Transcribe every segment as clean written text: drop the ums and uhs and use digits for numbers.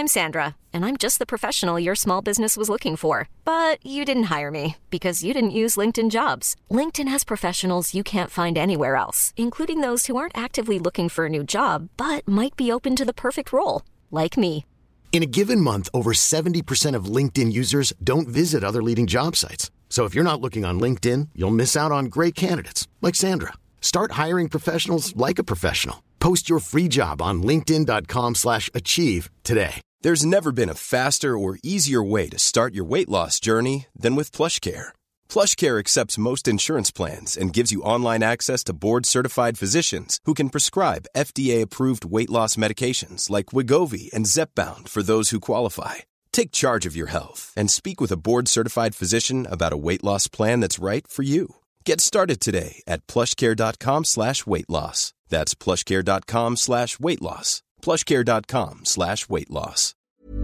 I'm Sandra, and I'm just the professional your small business was looking for. But you didn't hire me because you didn't use LinkedIn Jobs. LinkedIn has professionals you can't find anywhere else, including those who aren't actively looking for a new job, but might be open to the perfect role, like me. In a given month, over 70% of LinkedIn users don't visit other leading job sites. So if you're not looking on LinkedIn, you'll miss out on great candidates like Sandra. Start hiring professionals like a professional. Post your free job on linkedin.com/achieve today. There's never been a faster or easier way to start your weight loss journey than with PlushCare. PlushCare accepts most insurance plans and gives you online access to board-certified physicians who can prescribe FDA-approved weight loss medications like Wegovy and Zepbound for those who qualify. Take charge of your health and speak with a board-certified physician about a weight loss plan that's right for you. Get started today at plushcare.com/weight loss. That's plushcare.com/weight loss. plushcare.com/weight loss.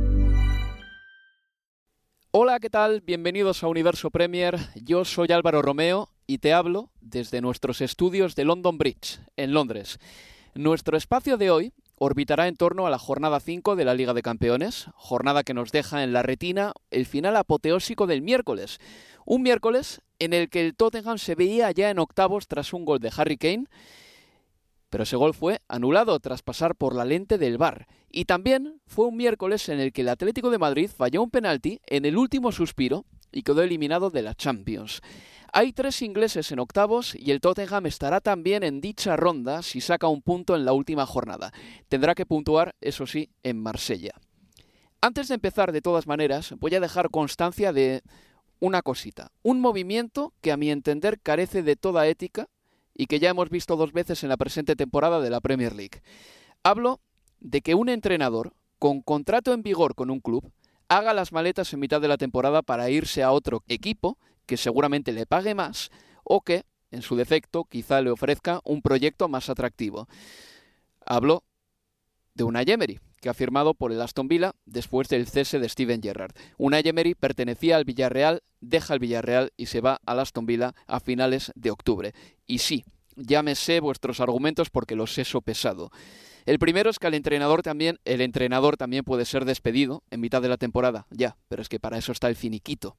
Hola, ¿qué tal? Bienvenidos a Universo Premier. Yo soy Álvaro Romeo y te hablo desde nuestros estudios de London Bridge, en Londres. Nuestro espacio de hoy orbitará en torno a la jornada 5 de la Liga de Campeones, jornada que nos deja en la retina el final apoteósico del miércoles. Un miércoles en el que el Tottenham se veía ya en octavos tras un gol de Harry Kane, pero ese gol fue anulado tras pasar por la lente del VAR. Y también fue un miércoles en el que el Atlético de Madrid falló un penalti en el último suspiro y quedó eliminado de la Champions. Hay 3 ingleses en octavos y el Tottenham estará también en dicha ronda si saca un punto en la última jornada. Tendrá que puntuar, eso sí, en Marsella. Antes de empezar, de todas maneras, voy a dejar constancia de una cosita. Un movimiento que a mi entender carece de toda ética y que ya hemos visto 2 veces en la presente temporada de la Premier League. Hablo de que un entrenador con contrato en vigor con un club haga las maletas en mitad de la temporada para irse a otro equipo que seguramente le pague más o que, en su defecto, quizá le ofrezca un proyecto más atractivo. Hablo de Unai Emery, que ha firmado por el Aston Villa después del cese de Steven Gerrard. Unai Emery pertenecía al Villarreal, deja el Villarreal y se va al Aston Villa a finales de octubre. Y sí, ya me sé vuestros argumentos porque los he sopesado. El primero es que el entrenador también puede ser despedido en mitad de la temporada. Ya, pero es que para eso está el finiquito.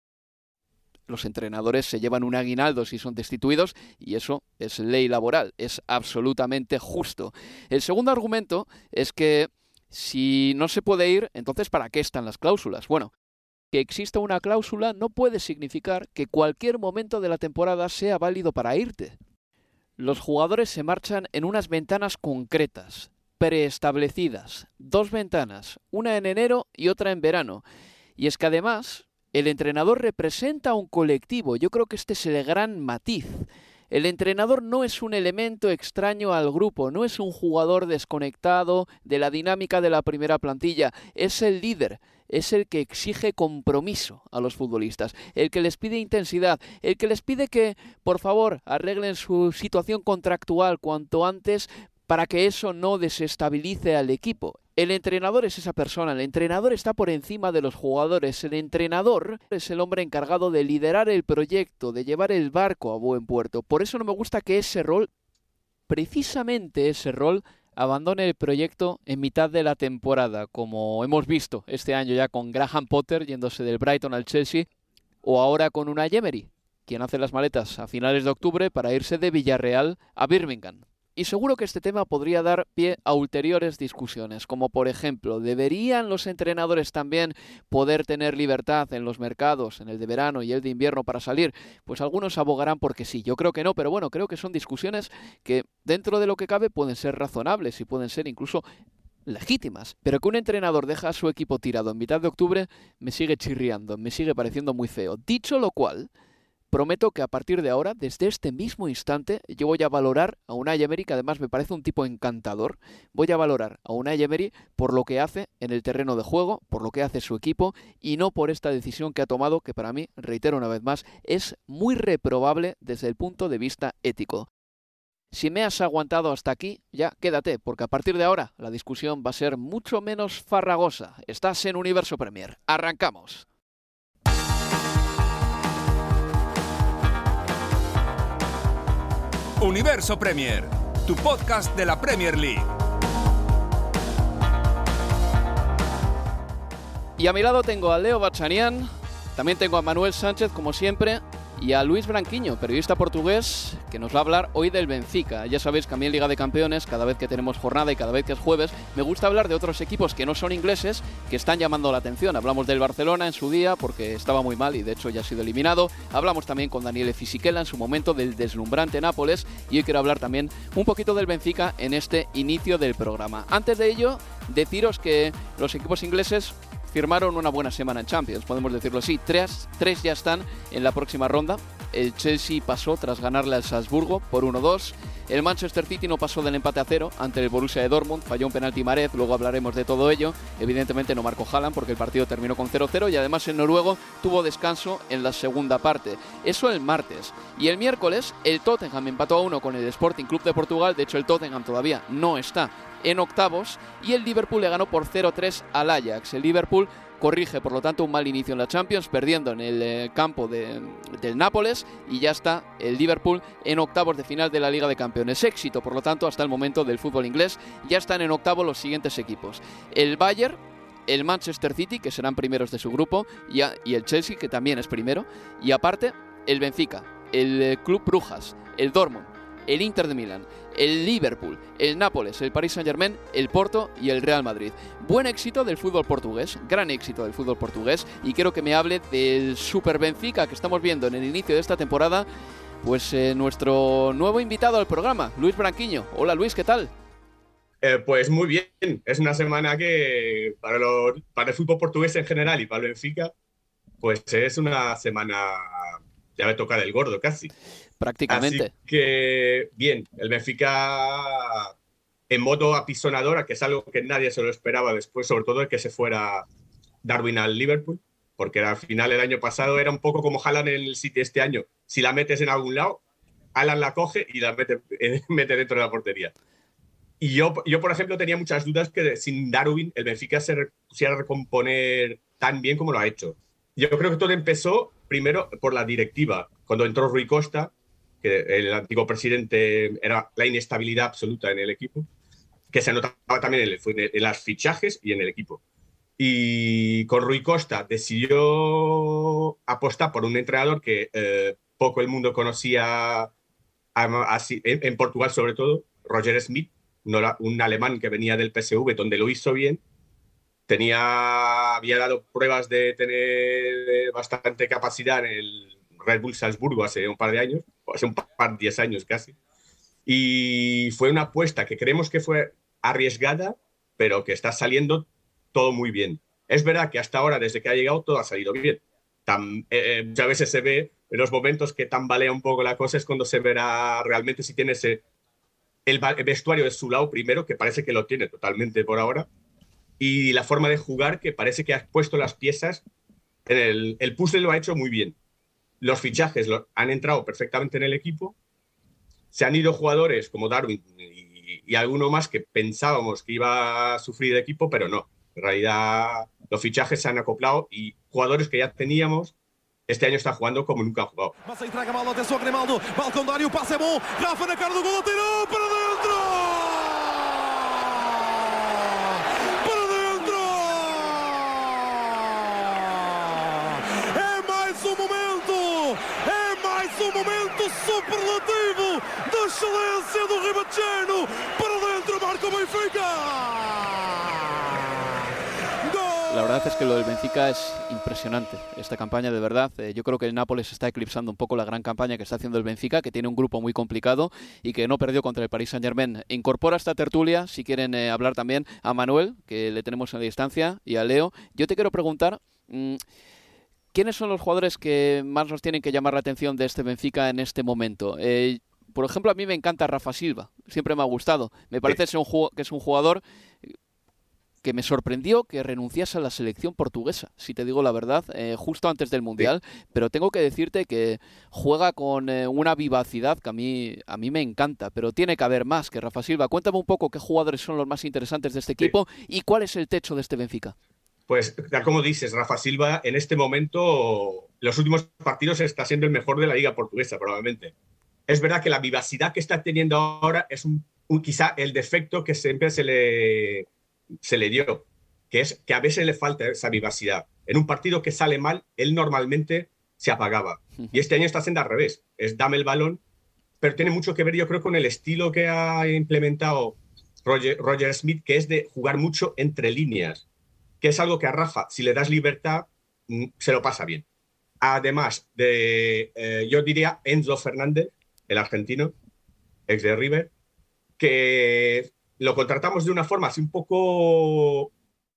Los entrenadores se llevan un aguinaldo si son destituidos y eso es ley laboral, es absolutamente justo. El segundo argumento es que si no se puede ir, entonces ¿para qué están las cláusulas? Bueno, que exista una cláusula no puede significar que cualquier momento de la temporada sea válido para irte. Los jugadores se marchan en unas ventanas concretas, preestablecidas, 2 ventanas, una en enero y otra en verano. Y es que además el entrenador representa a un colectivo. Yo creo que este es el gran matiz. El entrenador no es un elemento extraño al grupo, no es un jugador desconectado de la dinámica de la primera plantilla, es el líder, es el que exige compromiso a los futbolistas, el que les pide intensidad, el que les pide que, por favor, arreglen su situación contractual cuanto antes para que eso no desestabilice al equipo. El entrenador es esa persona, el entrenador está por encima de los jugadores, el entrenador es el hombre encargado de liderar el proyecto, de llevar el barco a buen puerto. Por eso no me gusta que precisamente ese rol, abandone el proyecto en mitad de la temporada, como hemos visto este año ya con Graham Potter yéndose del Brighton al Chelsea, o ahora con Unai Emery, quien hace las maletas a finales de octubre para irse de Villarreal a Birmingham. Y seguro que este tema podría dar pie a ulteriores discusiones, como por ejemplo, ¿deberían los entrenadores también poder tener libertad en los mercados, en el de verano y el de invierno para salir? Pues algunos abogarán porque sí, yo creo que no, pero bueno, creo que son discusiones que dentro de lo que cabe pueden ser razonables y pueden ser incluso legítimas. Pero que un entrenador deja a su equipo tirado en mitad de octubre me sigue chirriando, me sigue pareciendo muy feo. Dicho lo cual, prometo que a partir de ahora, desde este mismo instante, yo voy a valorar a Unai Emery, que además me parece un tipo encantador. Voy a valorar a Unai Emery por lo que hace en el terreno de juego, por lo que hace su equipo, y no por esta decisión que ha tomado, que para mí, reitero una vez más, es muy reprobable desde el punto de vista ético. Si me has aguantado hasta aquí, ya quédate, porque a partir de ahora la discusión va a ser mucho menos farragosa. Estás en Universo Premier. ¡Arrancamos! Universo Premier, tu podcast de la Premier League. Y a mi lado tengo a Leo Bachanian, también tengo a Manuel Sánchez, como siempre, y a Luis Branquiño, periodista portugués, que nos va a hablar hoy del Benfica. Ya sabéis que a mí en Liga de Campeones, cada vez que tenemos jornada y cada vez que es jueves, me gusta hablar de otros equipos que no son ingleses, que están llamando la atención. Hablamos del Barcelona en su día, porque estaba muy mal y de hecho ya ha sido eliminado. Hablamos también con Daniele Fisichella en su momento del deslumbrante Nápoles, y hoy quiero hablar también un poquito del Benfica en este inicio del programa. Antes de ello, deciros que los equipos ingleses firmaron una buena semana en Champions, podemos decirlo así. Tres ya están en la próxima ronda. El Chelsea pasó tras ganarle al Salzburgo por 1-2. El Manchester City no pasó del empate a 0 ante el Borussia de Dortmund, falló un penalti Mahrez, luego hablaremos de todo ello. Evidentemente no marcó Haaland porque el partido terminó con 0-0 y además el noruego tuvo descanso en la segunda parte. Eso el martes. Y el miércoles el Tottenham empató a 1 con el Sporting Club de Portugal. De hecho el Tottenham todavía no está en octavos, y el Liverpool le ganó por 0-3 al Ajax. El Liverpool corrige, por lo tanto, un mal inicio en la Champions, perdiendo en el campo del Nápoles, y ya está el Liverpool en octavos de final de la Liga de Campeones. Éxito, por lo tanto, hasta el momento del fútbol inglés. Ya están en octavos los siguientes equipos: el Bayern, el Manchester City, que serán primeros de su grupo, y el Chelsea, que también es primero, y aparte el Benfica, el Club Brujas, el Dortmund, el Inter de Milán, el Liverpool, el Nápoles, el Paris Saint-Germain, el Porto y el Real Madrid. Buen éxito del fútbol portugués, gran éxito del fútbol portugués, y quiero que me hable del Super Benfica que estamos viendo en el inicio de esta temporada, pues nuestro nuevo invitado al programa, Luis Branquiño. Hola Luis, ¿qué tal? Pues muy bien, es una semana que para el fútbol portugués en general y para el Benfica, pues es una semana, ya me toca del gordo casi. Prácticamente. Así que, bien, el Benfica en modo apisonadora, que es algo que nadie se lo esperaba después, sobre todo el que se fuera Darwin al Liverpool, porque al final el año pasado era un poco como Haaland en el City este año. Si la metes en algún lado, Haaland la coge y la mete dentro de la portería. Y yo, por ejemplo, tenía muchas dudas que sin Darwin el Benfica se pusiera a recomponer tan bien como lo ha hecho. Yo creo que todo empezó primero por la directiva. Cuando entró Rui Costa, que el antiguo presidente, era la inestabilidad absoluta en el equipo, que se notaba también en los fichajes y en el equipo. Y con Rui Costa decidió apostar por un entrenador que poco el mundo conocía, así, en Portugal sobre todo, Roger Smith, un alemán que venía del PSV, donde lo hizo bien. Había dado pruebas de tener bastante capacidad en el Red Bull Salzburgo hace un par de años, o hace 10 años casi. Y fue una apuesta que creemos que fue arriesgada, pero que está saliendo todo muy bien. Es verdad que hasta ahora, desde que ha llegado, todo ha salido bien. Muchas veces se ve en los momentos que tambalea un poco la cosa, es cuando se verá realmente si tiene el vestuario de su lado primero, que parece que lo tiene totalmente por ahora, y la forma de jugar, que parece que ha puesto las piezas en el puzzle, lo ha hecho muy bien. Los fichajes han entrado perfectamente en el equipo. Se han ido jugadores como Darwin y alguno más que pensábamos que iba a sufrir el equipo, pero no. En realidad los fichajes se han acoplado y jugadores que ya teníamos este año están jugando como nunca han jugado. Massa entrega a bola, atenção Grimaldo, balcão de área, o passe é bom, Rafa na cara do gol, tirou para dentro! Um momento superlativo de excelência do Ribachano, para dentro marca o Benfica. La verdad es que lo del Benfica es impresionante, esta campaña de verdad. Yo creo que el Nápoles está eclipsando un poco la gran campaña que está haciendo el Benfica, que tiene un grupo muy complicado y que no perdió contra el Paris Saint-Germain. Incorpora a esta tertulia, si quieren hablar también, a Manuel, que le tenemos a distancia, y a Leo. Yo te quiero preguntar, ¿quiénes son los jugadores que más nos tienen que llamar la atención de este Benfica en este momento? Por ejemplo, a mí me encanta Rafa Silva, siempre me ha gustado. Me parece que es un jugador que me sorprendió que renunciase a la selección portuguesa, si te digo la verdad, justo antes del Mundial, pero tengo que decirte que juega con una vivacidad que a mí me encanta, pero tiene que haber más que Rafa Silva. Cuéntame un poco qué jugadores son los más interesantes de este equipo y cuál es el techo de este Benfica. Pues, tal como dices, Rafa Silva en este momento, los últimos partidos está siendo el mejor de la Liga Portuguesa, probablemente. Es verdad que la vivacidad que está teniendo ahora es quizá el defecto que siempre se le dio. que es que a veces le falta esa vivacidad. En un partido que sale mal, él normalmente se apagaba. Y este año está haciendo al revés. Es dame el balón, pero tiene mucho que ver, yo creo, con el estilo que ha implementado Roger Smith, que es de jugar mucho entre líneas, que es algo que a Rafa, si le das libertad, se lo pasa bien. Además de, yo diría, Enzo Fernández, el argentino, ex de River, que lo contratamos de una forma así un poco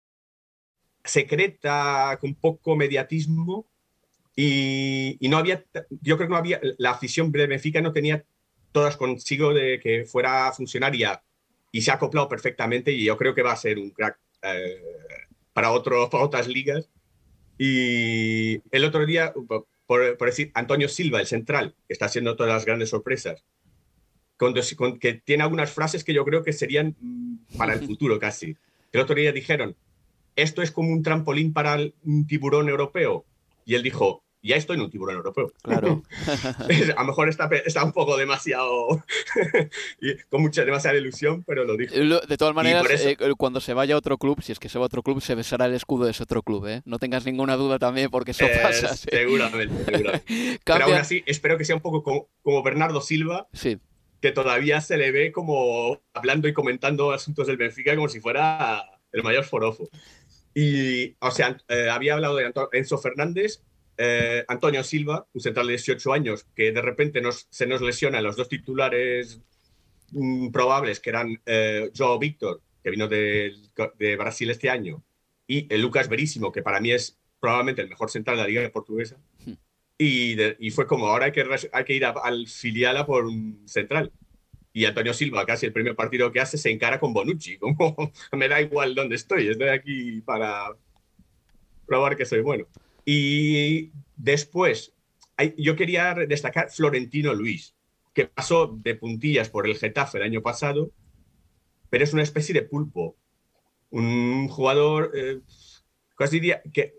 secreta, con poco mediatismo, y no había, yo creo que no había, la afición de Benfica no tenía todas consigo de que fuera a funcionar y se ha acoplado perfectamente, y yo creo que va a ser un crack para otras ligas. Y el otro día, por decir, Antonio Silva, el central, que está haciendo todas las grandes sorpresas, que tiene algunas frases que yo creo que serían para el futuro casi. El otro día dijeron, esto es como un trampolín para un tiburón europeo. Y él dijo, ya estoy en un tiburón europeo. Claro. A lo mejor está un poco demasiado, con demasiada ilusión, pero lo dijo. De todas maneras, cuando se vaya a otro club, si es que se va a otro club, se besará el escudo de ese otro club, ¿eh? No tengas ninguna duda también, porque eso pasa. ¿Sí? Seguramente. Pero aún así, espero que sea un poco como Bernardo Silva, sí, que todavía se le ve como hablando y comentando asuntos del Benfica como si fuera el mayor forofo. Y, o sea, había hablado de Enzo Fernández, Antonio Silva, un central de 18 años, que de repente se nos lesionan los dos titulares probables, que eran João Víctor, que vino de Brasil este año, y el Lucas Veríssimo, que para mí es probablemente el mejor central de la Liga Portuguesa. Y fue como, ahora hay que ir al filial a por un central. Y Antonio Silva, casi el primer partido que hace, se encara con Bonucci. Como, me da igual dónde estoy aquí para probar que soy bueno. Y después, yo quería destacar Florentino Luis, que pasó de puntillas por el Getafe el año pasado, pero es una especie de pulpo. Un jugador, casi diría que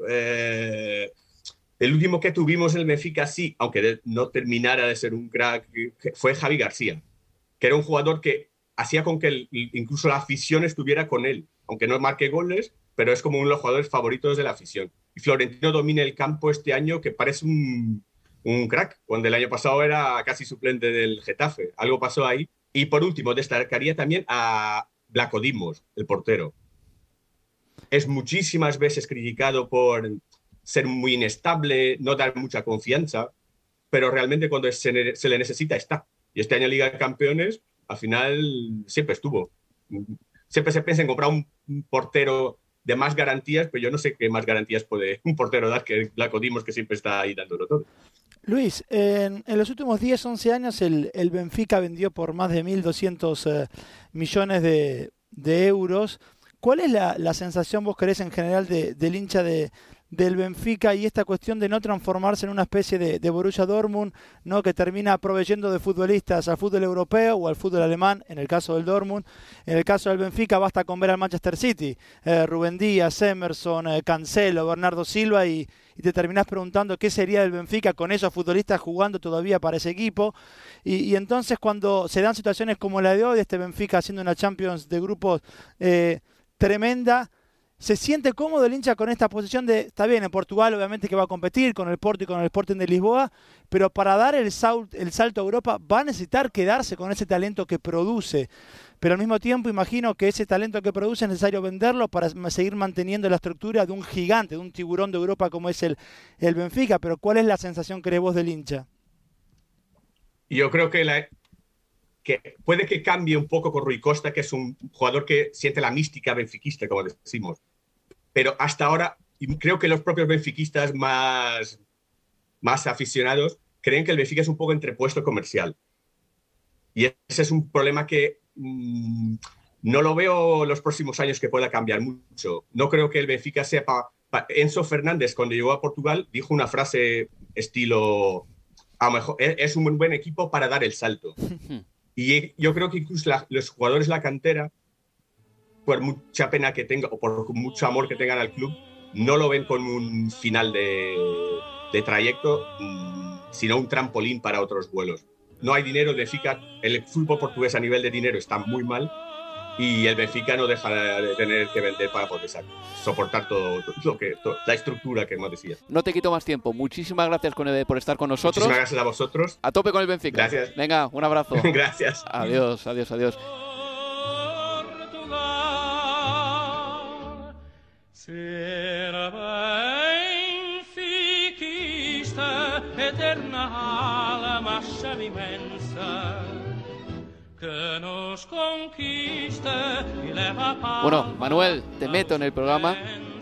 el último que tuvimos en el Benfica, sí, aunque no terminara de ser un crack, fue Javi García, que era un jugador que hacía con que incluso la afición estuviera con él, aunque no marque goles, pero es como uno de los jugadores favoritos de la afición. Y Florentino domina el campo este año, que parece un crack, cuando el año pasado era casi suplente del Getafe. Algo pasó ahí. Y por último, destacaría también a Vlaco Dimos, el portero. Es muchísimas veces criticado por ser muy inestable, no dar mucha confianza, pero realmente cuando se le necesita está. Y este año en Liga de Campeones, al final siempre estuvo. Siempre se piensa en comprar un portero de más garantías, pero yo no sé qué más garantías puede un portero dar que Vlaco Dimos, que siempre está ahí dándolo todo. Luis, en los últimos 10, 11 años el Benfica vendió por más de 1.200 millones de euros. ¿Cuál es la sensación, vos querés, en general del hincha del Benfica y esta cuestión de no transformarse en una especie de Borussia Dortmund, ¿no?, que termina proveyendo de futbolistas al fútbol europeo o al fútbol alemán, en el caso del Dortmund? En el caso del Benfica basta con ver al Manchester City, Rubén Díaz, Emerson, Cancelo, Bernardo Silva, y te terminás preguntando qué sería del Benfica con esos futbolistas jugando todavía para ese equipo. Y entonces, cuando se dan situaciones como la de hoy, este Benfica haciendo una Champions de grupos tremenda, ¿se siente cómodo el hincha con esta posición de, está bien, en Portugal obviamente que va a competir con el Porto y con el Sporting de Lisboa, pero para dar el salto a Europa va a necesitar quedarse con ese talento que produce? Pero al mismo tiempo imagino que ese talento que produce es necesario venderlo para seguir manteniendo la estructura de un gigante, de un tiburón de Europa como es el Benfica. Pero ¿cuál es la sensación, crees vos, del hincha? Yo creo que puede que cambie un poco con Rui Costa, que es un jugador que siente la mística benfiquista, como decimos. Pero hasta ahora, creo que los propios benfiquistas más aficionados creen que el Benfica es un poco entrepuesto comercial. Y ese es un problema que no lo veo los próximos años que pueda cambiar mucho. No creo que el Benfica sepa... Enzo Fernández, cuando llegó a Portugal, dijo una frase estilo: a lo mejor es un buen equipo para dar el salto. Y yo creo que incluso los jugadores de la cantera, por mucha pena que tenga o por mucho amor que tengan al club, no lo ven como un final de trayecto, sino un trampolín para otros vuelos. No hay dinero, el fútbol portugués a nivel de dinero está muy mal, y el Benfica no dejará de tener que vender para poder soportar toda la estructura que hemos decía. No te quito más tiempo. Muchísimas gracias por estar con nosotros. Muchísimas gracias a vosotros. A tope con el Benfica. Gracias. Venga, un abrazo. Gracias. Adiós, adiós, adiós. Ser benfiquista, eterna alma inmensa, que nos conquista y leva paz. Bueno, Manuel, te meto en el programa.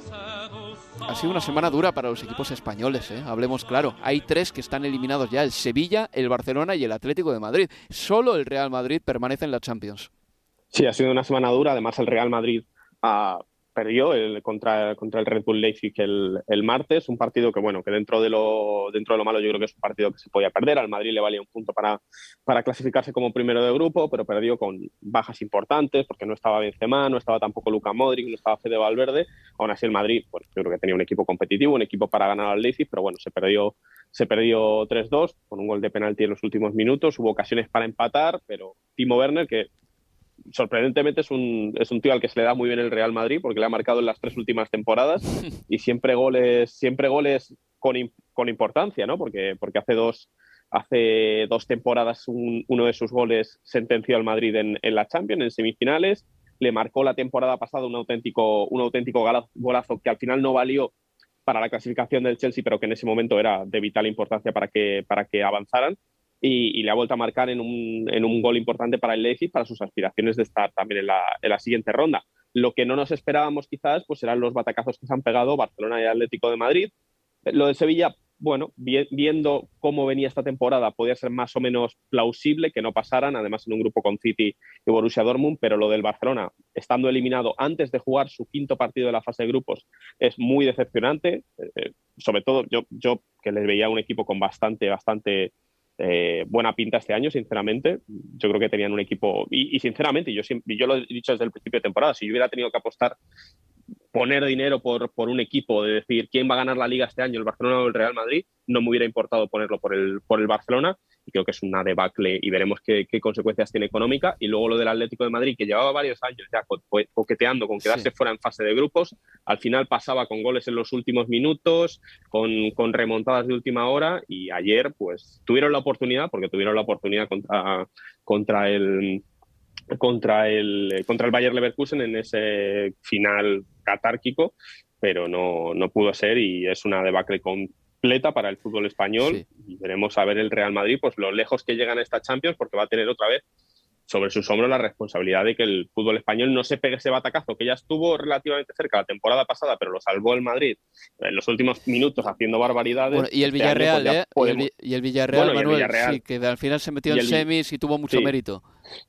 Ha sido una semana dura para los equipos españoles, ¿eh? Hablemos claro. Hay 3 que están eliminados ya: el Sevilla, el Barcelona y el Atlético de Madrid. Solo el Real Madrid permanece en la Champions. Sí, ha sido una semana dura. Además, el Real Madrid perdió contra el Red Bull Leipzig el martes, un partido que dentro de lo malo yo creo que es un partido que se podía perder. Al Madrid le valía un punto para clasificarse como primero de grupo, pero perdió con bajas importantes porque no estaba Benzema, no estaba tampoco Luka Modric, no estaba Fede Valverde. Aún así el Madrid, yo creo que tenía un equipo competitivo, un equipo para ganar al Leipzig, pero se perdió 3-2 con un gol de penalti en los últimos minutos. Hubo ocasiones para empatar, pero Timo Werner, que sorprendentemente es un tío al que se le da muy bien el Real Madrid porque le ha marcado en las 3 últimas temporadas y siempre goles con importancia, ¿no? Porque hace dos temporadas uno de sus goles sentenció al Madrid en la Champions, en semifinales. Le marcó la temporada pasada un auténtico golazo que al final no valió para la clasificación del Chelsea, pero que en ese momento era de vital importancia para que avanzaran. Y le ha vuelto a marcar en un gol importante para el Leipzig, para sus aspiraciones de estar también en la siguiente ronda. Lo que no nos esperábamos quizás pues eran los batacazos que se han pegado Barcelona y Atlético de Madrid. Lo de Sevilla, viendo cómo venía esta temporada, podía ser más o menos plausible que no pasaran, además en un grupo con City y Borussia Dortmund, pero lo del Barcelona, estando eliminado antes de jugar su 5º partido de la fase de grupos, es muy decepcionante. Sobre todo yo que les veía un equipo con bastante buena pinta este año, sinceramente. Yo creo que tenían un equipo y sinceramente, yo lo he dicho desde el principio de temporada, si yo hubiera tenido que apostar, poner dinero por un equipo, de decir quién va a ganar la Liga este año, el Barcelona o el Real Madrid, no me hubiera importado ponerlo por el Barcelona, y creo que es una debacle y veremos qué consecuencias tiene económica. Y luego lo del Atlético de Madrid, que llevaba varios años ya coqueteando con quedarse fuera en fase de grupos, al final pasaba con goles en los últimos minutos, con remontadas de última hora, y ayer pues tuvieron la oportunidad contra el Bayer Leverkusen en ese final catárquico, pero no pudo ser, y es una debacle completa para el fútbol español. Sí. Y veremos a ver el Real Madrid pues lo lejos que llegan a esta Champions, porque va a tener otra vez sobre sus hombros la responsabilidad de que el fútbol español no se pegue ese batacazo que ya estuvo relativamente cerca la temporada pasada, pero lo salvó el Madrid en los últimos minutos haciendo barbaridades. Bueno, y el Villarreal, y el Villarreal, Manuel, sí, que al final se metió en semis y tuvo mucho mérito.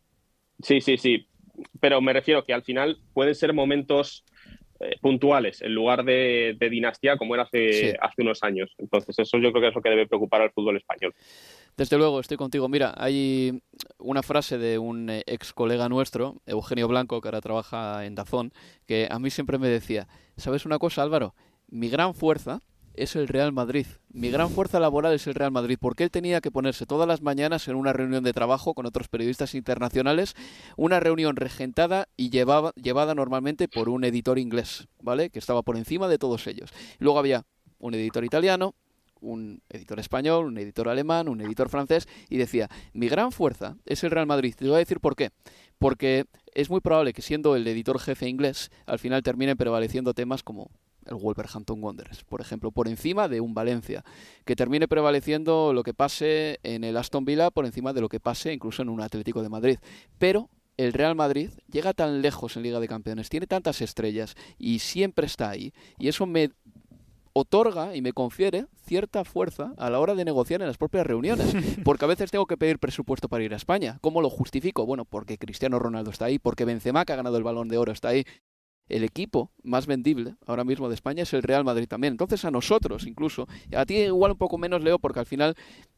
Sí, pero me refiero que al final pueden ser momentos puntuales en lugar de dinastía, como era hace unos años. Entonces eso yo creo que es lo que debe preocupar al fútbol español. Desde luego, estoy contigo. Mira, hay una frase de un ex colega nuestro, Eugenio Blanco, que ahora trabaja en DAZN, que a mí siempre me decía: ¿sabes una cosa, Álvaro? Mi gran fuerza es el Real Madrid. Mi gran fuerza laboral es el Real Madrid, porque él tenía que ponerse todas las mañanas en una reunión de trabajo con otros periodistas internacionales, una reunión regentada y llevada normalmente por un editor inglés, ¿vale?, que estaba por encima de todos ellos. Luego había un editor italiano, un editor español, un editor alemán, un editor francés, y decía: mi gran fuerza es el Real Madrid. Te voy a decir por qué. Porque es muy probable que, siendo el editor jefe inglés, al final terminen prevaleciendo temas como el Wolverhampton Wanderers, por ejemplo, por encima de un Valencia, que termine prevaleciendo lo que pase en el Aston Villa por encima de lo que pase incluso en un Atlético de Madrid. Pero el Real Madrid llega tan lejos en Liga de Campeones, tiene tantas estrellas y siempre está ahí, y eso me otorga y me confiere cierta fuerza a la hora de negociar en las propias reuniones, porque a veces tengo que pedir presupuesto para ir a España. ¿Cómo lo justifico? Bueno, porque Cristiano Ronaldo está ahí, porque Benzema, que ha ganado el Balón de Oro, está ahí. El equipo más vendible ahora mismo de España es el Real Madrid también. Entonces a nosotros incluso, a ti igual un poco menos, Leo, porque al final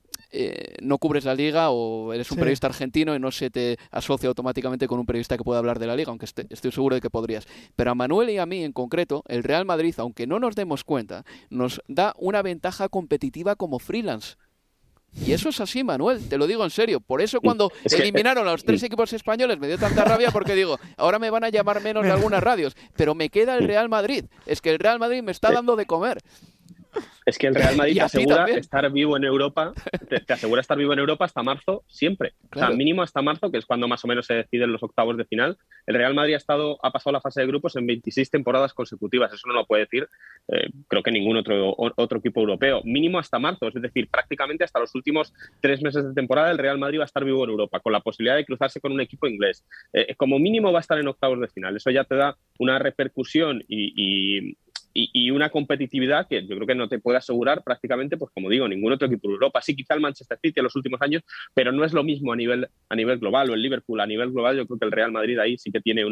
no cubres la Liga o eres un periodista argentino y no se te asocia automáticamente con un periodista que pueda hablar de la Liga, aunque estoy seguro de que podrías. Pero a Manuel y a mí en concreto, el Real Madrid, aunque no nos demos cuenta, nos da una ventaja competitiva como freelance. Y eso es así, Manuel, te lo digo en serio. Por eso cuando eliminaron a los 3 equipos españoles me dio tanta rabia, porque digo, ahora me van a llamar menos de algunas radios, pero me queda el Real Madrid. Es que el Real Madrid me está dando de comer. Es que el Real Madrid te asegura estar vivo en Europa, te asegura estar vivo en Europa hasta marzo siempre. Claro. O sea, mínimo hasta marzo, que es cuando más o menos se deciden los octavos de final. El Real Madrid ha pasado la fase de grupos en 26 temporadas consecutivas. Eso no lo puede decir, creo que ningún otro equipo europeo. Mínimo hasta marzo, es decir, prácticamente hasta los últimos 3 meses de temporada el Real Madrid va a estar vivo en Europa, con la posibilidad de cruzarse con un equipo inglés. Como mínimo va a estar en octavos de final. Eso ya te da una repercusión y una competitividad que yo creo que no te puede asegurar prácticamente, pues como digo, ningún otro equipo de Europa. Sí, quizá el Manchester City en los últimos años, pero no es lo mismo a nivel global, o el Liverpool a nivel global. Yo creo que el Real Madrid ahí sí que tiene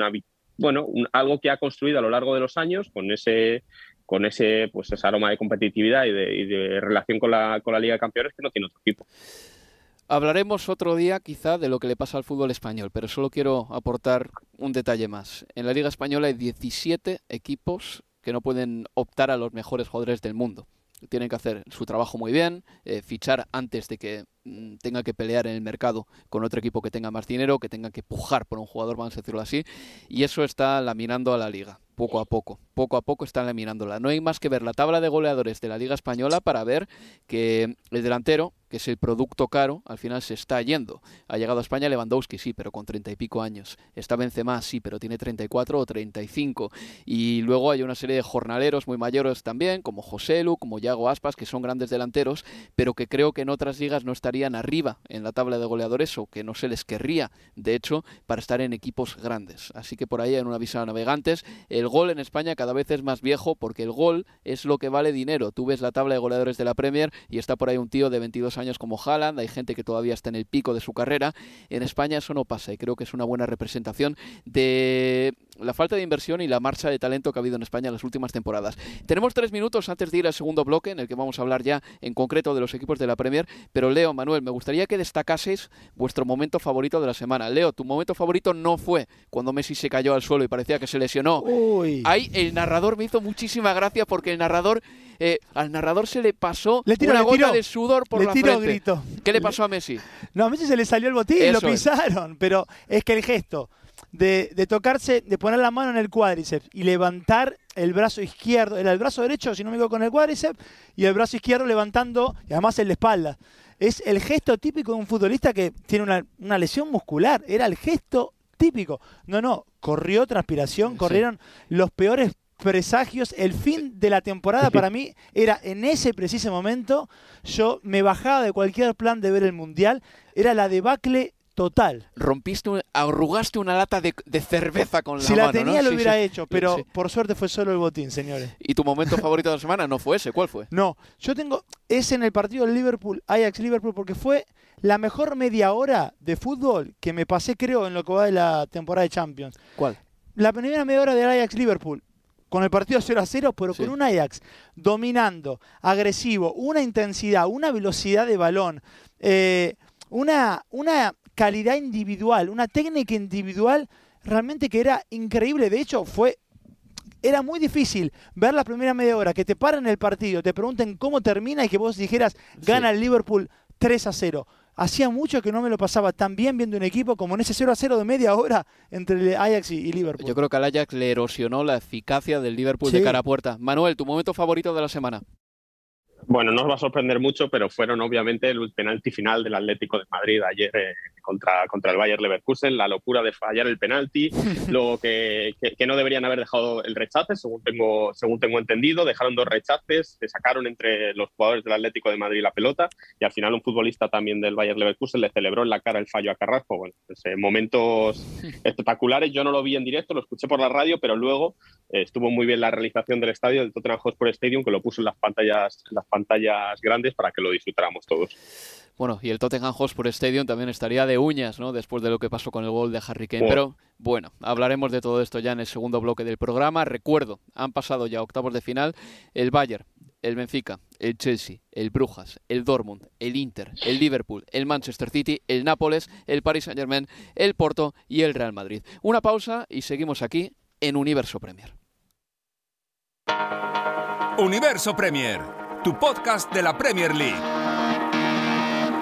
algo que ha construido a lo largo de los años con ese pues ese aroma de competitividad y de relación con la Liga de Campeones que no tiene otro equipo. Hablaremos otro día quizá de lo que le pasa al fútbol español, pero solo quiero aportar un detalle más. En la Liga Española hay 17 equipos que no pueden optar a los mejores jugadores del mundo. Tienen que hacer su trabajo muy bien, fichar antes de que tenga que pelear en el mercado con otro equipo que tenga más dinero, que tenga que pujar por un jugador, vamos a decirlo así, y eso está laminando a la Liga. Poco a poco están laminándola. No hay más que ver la tabla de goleadores de la Liga Española para ver que el delantero, que es el producto caro, al final se está yendo. Ha llegado a España Lewandowski, sí, pero con 30 y pico años. Está Benzema, sí, pero tiene 34 o 35. Y luego hay una serie de jornaleros muy mayores también, como Joselu, como Yago Aspas, que son grandes delanteros, pero que creo que en otras ligas no estarían arriba en la tabla de goleadores, o que no se les querría, de hecho, para estar en equipos grandes. Así que por ahí, en una visa a navegantes, el gol en España cada vez es más viejo, porque el gol es lo que vale dinero. Tú ves la tabla de goleadores de la Premier y está por ahí un tío de 22 años como Haaland, hay gente que todavía está en el pico de su carrera. En España eso no pasa, y creo que es una buena representación de la falta de inversión y la marcha de talento que ha habido en España en las últimas temporadas. Tenemos 3 minutos antes de ir al segundo bloque, en el que vamos a hablar ya en concreto de los equipos de la Premier, pero Leo, Manuel, me gustaría que destacaseis vuestro momento favorito de la semana. Leo, tu momento favorito no fue cuando Messi se cayó al suelo y parecía que se lesionó. Uy. Ahí el narrador me hizo muchísima gracia, porque el narrador al narrador se le pasó una gota de sudor por la frente. Grito. ¿Qué le pasó a Messi? No, a Messi se le salió el botín y lo pisaron, pero es que el gesto de tocarse, de poner la mano en el cuádriceps y levantar el brazo izquierdo, era el brazo derecho, si no me equivoco, con el cuádriceps, y el brazo izquierdo levantando, y además en la espalda. Es el gesto típico de un futbolista que tiene una lesión muscular, era el gesto típico. No, corrió transpiración, corrieron los peores presagios. El fin de la temporada para mí era en ese preciso momento. Yo me bajaba de cualquier plan de ver el Mundial. Era la debacle total. Arrugaste una lata de cerveza con la mano. Si la tenía, ¿no? lo hubiera hecho, pero por suerte fue solo el botín, señores. ¿Y tu momento favorito de la semana no fue ese? ¿Cuál fue? No, yo tengo ese en el partido del Liverpool, Ajax-Liverpool, porque fue la mejor media hora de fútbol que me pasé, creo, en lo que va de la temporada de Champions. ¿Cuál? La primera media hora del Ajax-Liverpool, con el partido 0-0, pero con un Ajax dominando, agresivo, una intensidad, una velocidad de balón, una calidad individual, una técnica individual realmente que era increíble. De hecho, era muy difícil ver la primera media hora, que te paren el partido, te pregunten cómo termina y que vos dijeras, gana el Liverpool 3-0. Hacía mucho que no me lo pasaba tan bien viendo un equipo como en ese 0-0 de media hora entre Ajax y Liverpool. Yo creo que al Ajax le erosionó la eficacia del Liverpool de cara a puerta. Manuel, ¿tu momento favorito de la semana? Bueno, no os va a sorprender mucho, pero fueron obviamente el penalti final del Atlético de Madrid ayer contra el Bayer Leverkusen, la locura de fallar el penalti, luego que no deberían haber dejado el rechace, según tengo entendido, dejaron 2 rechaces, se sacaron entre los jugadores del Atlético de Madrid la pelota, y al final un futbolista también del Bayer Leverkusen le celebró en la cara el fallo a Carrasco. Bueno, pues, momentos espectaculares. Yo no lo vi en directo, lo escuché por la radio, pero luego estuvo muy bien la realización del estadio, del Tottenham Hotspur Stadium, que lo puso en las pantallas grandes para que lo disfrutáramos todos. Bueno, y el Tottenham Hotspur Stadium también estaría de uñas, ¿no?, después de lo que pasó con el gol de Harry Kane. Pero bueno, hablaremos de todo esto ya en el segundo bloque del programa. Recuerdo, han pasado ya octavos de final el Bayern, el Benfica, el Chelsea, el Brujas, el Dortmund, el Inter, el Liverpool, el Manchester City, el Nápoles, el Paris Saint-Germain, el Porto y el Real Madrid. Una pausa y seguimos aquí en Universo Premier. Universo Premier, tu podcast de la Premier League.